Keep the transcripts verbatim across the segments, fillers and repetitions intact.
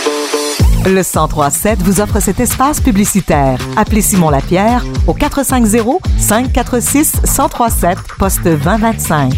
Le cent trois sept vous offre cet espace publicitaire. Appelez Simon Lapierre au quatre cinq zéro, cinq quatre six, un zéro trois sept, poste vingt vingt-cinq.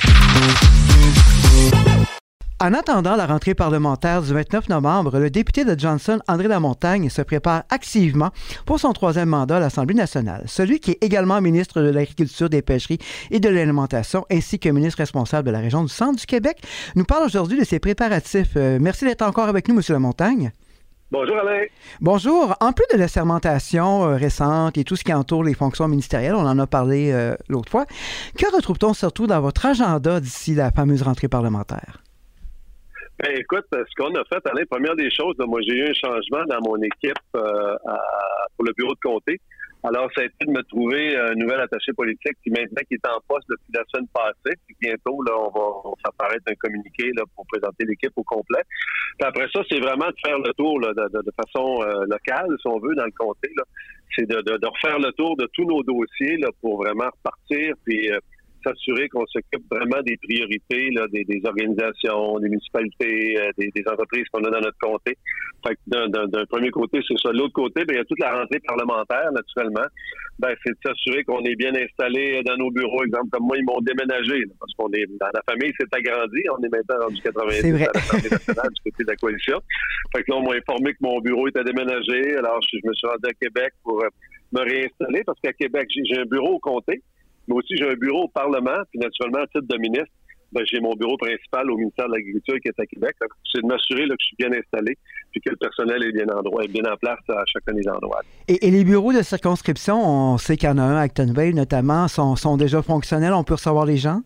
En attendant la rentrée parlementaire du vingt-neuf novembre, le député de Johnson, André Lamontagne, se prépare activement pour son troisième mandat à l'Assemblée nationale. Celui qui est également ministre de l'Agriculture, des Pêcheries et de l'Alimentation, ainsi que ministre responsable de la région du Centre du Québec, nous parle aujourd'hui de ses préparatifs. Euh, merci d'être encore avec nous, M. Lamontagne. Bonjour Alain. Bonjour. En plus de la sermentation euh, récente et tout ce qui entoure les fonctions ministérielles, on en a parlé euh, l'autre fois, que retrouve-t-on surtout dans votre agenda d'ici la fameuse rentrée parlementaire? Ben, écoute, ce qu'on a fait, Alain, première des choses, là, moi j'ai eu un changement dans mon équipe euh, à, pour le bureau de comté. Alors, ça a été de me trouver un nouvel attaché politique qui maintenant qui est en poste depuis la semaine passée. Puis bientôt, là, on va on va faire paraître un communiqué là, pour présenter l'équipe au complet. Puis après ça, c'est vraiment de faire le tour là, de, de, de façon euh, locale, si on veut, dans le comté. Là. C'est de, de, de refaire le tour de tous nos dossiers là, pour vraiment repartir. Puis euh, s'assurer qu'on s'occupe vraiment des priorités là, des, des organisations, des municipalités, euh, des, des entreprises qu'on a dans notre comté. Fait que d'un, d'un, d'un premier côté, c'est ça. De l'autre côté, ben, il y a toute la rentrée parlementaire, naturellement. Ben, c'est de s'assurer qu'on est bien installé dans nos bureaux. Exemple, comme moi, ils m'ont déménagé, là, parce qu'on est dans la famille, c'est agrandi. On est maintenant rendu quatre-vingt-dix à l'Assemblée nationale du côté de la coalition. Fait que là, on m'a informé que mon bureau était déménagé. Alors, je, je me suis rendu à Québec pour euh, me réinstaller, parce qu'à Québec, j'ai, j'ai un bureau au comté. Mais aussi, j'ai un bureau au Parlement, puis naturellement, à titre de ministre, ben, j'ai mon bureau principal au ministère de l'Agriculture qui est à Québec. Donc, c'est de m'assurer là, que je suis bien installé, puis que le personnel est bien en, droit, est bien en place à chacun des endroits. Et, et les bureaux de circonscription, on sait qu'il y en a un à Actonville notamment, sont, sont déjà fonctionnels, on peut recevoir les gens?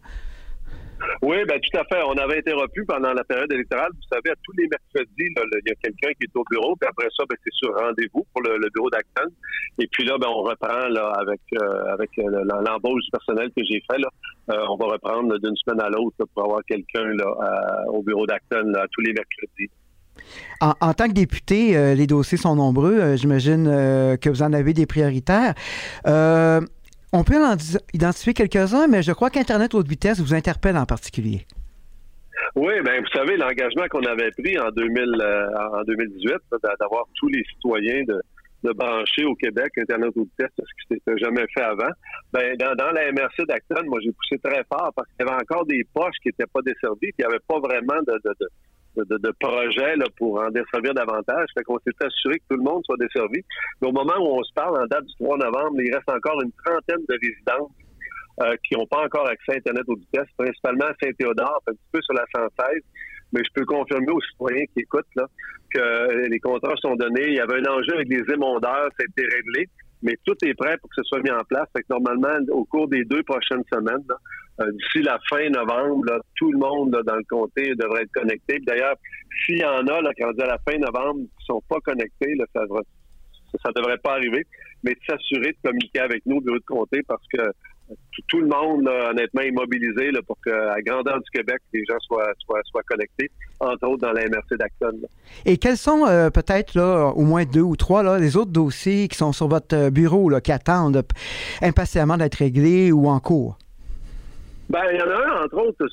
Oui, bien tout à fait. On avait interrompu pendant la période électorale. Vous savez, à tous les mercredis, là, il y a quelqu'un qui est au bureau, puis après ça, ben, c'est sur rendez-vous pour le, le bureau d'Acton. Et puis là, ben, on reprend là avec euh, avec euh, l'embauche du personnel que j'ai fait. Là, euh, on va reprendre là, d'une semaine à l'autre là, pour avoir quelqu'un là, à, au bureau d'Acton là, tous les mercredis. En, en tant que député, euh, les dossiers sont nombreux. Euh, j'imagine euh, que vous en avez des prioritaires. Euh, On peut en identifier quelques-uns, mais je crois qu'Internet haute vitesse vous interpelle en particulier. Oui, bien, vous savez, l'engagement qu'on avait pris en, deux mille, euh, en deux mille dix-huit, d'avoir tous les citoyens de, de brancher au Québec Internet haute vitesse, ce qui s'était jamais fait avant, bien, dans, dans la M R C d'Acton, moi, j'ai poussé très fort parce qu'il y avait encore des poches qui n'étaient pas desservies, puis il n'y avait pas vraiment de... de, de De, de, de projets là, pour en desservir davantage. Fait qu'on s'est assuré que tout le monde soit desservi. Mais au moment où on se parle, en date du trois novembre, il reste encore une trentaine de résidences euh, qui n'ont pas encore accès à Internet haute vitesse, principalement à Saint-Théodore, un petit peu sur la cent seize. Mais je peux confirmer aux citoyens qui écoutent là, que les contrats sont donnés. Il y avait un enjeu avec les émondeurs, ça a été réglé. Mais tout est prêt pour que ce soit mis en place. Fait que normalement, au cours des deux prochaines semaines, là, euh, d'ici la fin novembre, là, tout le monde là, dans le comté devrait être connecté. Puis d'ailleurs, s'il y en a là, quand on dit à la fin novembre qui ne sont pas connectés, là, ça ne devrait pas arriver. Mais de s'assurer de communiquer avec nous au bureau de comté parce que tout, tout le monde, là, honnêtement, est mobilisé là, pour qu'à grandeur du Québec, les gens soient, soient, soient connectés, entre autres dans la M R C d'Acton. Là. Et quels sont euh, peut-être là, au moins deux ou trois là, les autres dossiers qui sont sur votre bureau, là, qui attendent là, impatiemment d'être réglés ou en cours? Ben, il y en a un, entre autres,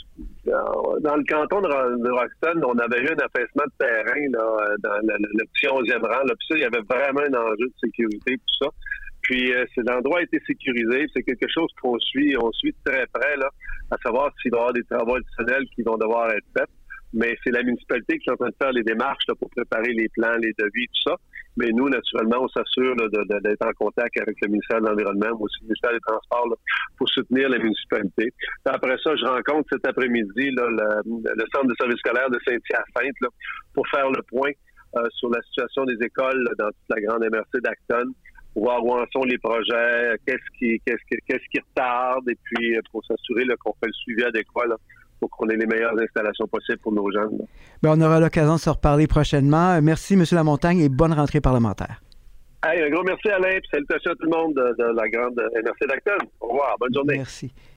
dans le canton de Roxton, on avait eu un affaissement de terrain là, dans le, le, le petit onzième rang. Là, puis ça, il y avait vraiment un enjeu de sécurité, tout ça. Puis euh, c'est, l'endroit a été sécurisé. C'est quelque chose qu'on suit, on suit de très près, là, à savoir s'il va y avoir des travaux additionnels qui vont devoir être faits. Mais c'est la municipalité qui est en train de faire les démarches là, pour préparer les plans, les devis, tout ça. Mais nous, naturellement, on s'assure là, de, de, d'être en contact avec le ministère de l'Environnement, mais aussi le ministère des Transports, là, pour soutenir la municipalité. Puis après ça, je rencontre cet après-midi là, le, le centre de service scolaire de Saint-Hyacinthe là, pour faire le point euh, sur la situation des écoles là, dans toute la grande M R C d'Acton, pour voir où en sont les projets, qu'est-ce qui, qu'est-ce qui, qu'est-ce qui retarde, et puis pour s'assurer là, qu'on fait le suivi adéquat là, pour qu'on ait les meilleures installations possibles pour nos jeunes. Bien, on aura l'occasion de se reparler prochainement. Merci, M. Lamontagne, et bonne rentrée parlementaire. Hey, un gros merci, Alain, et salutations à tout le monde de, de la grande M R C d'Acton. Au revoir, bonne journée. Merci.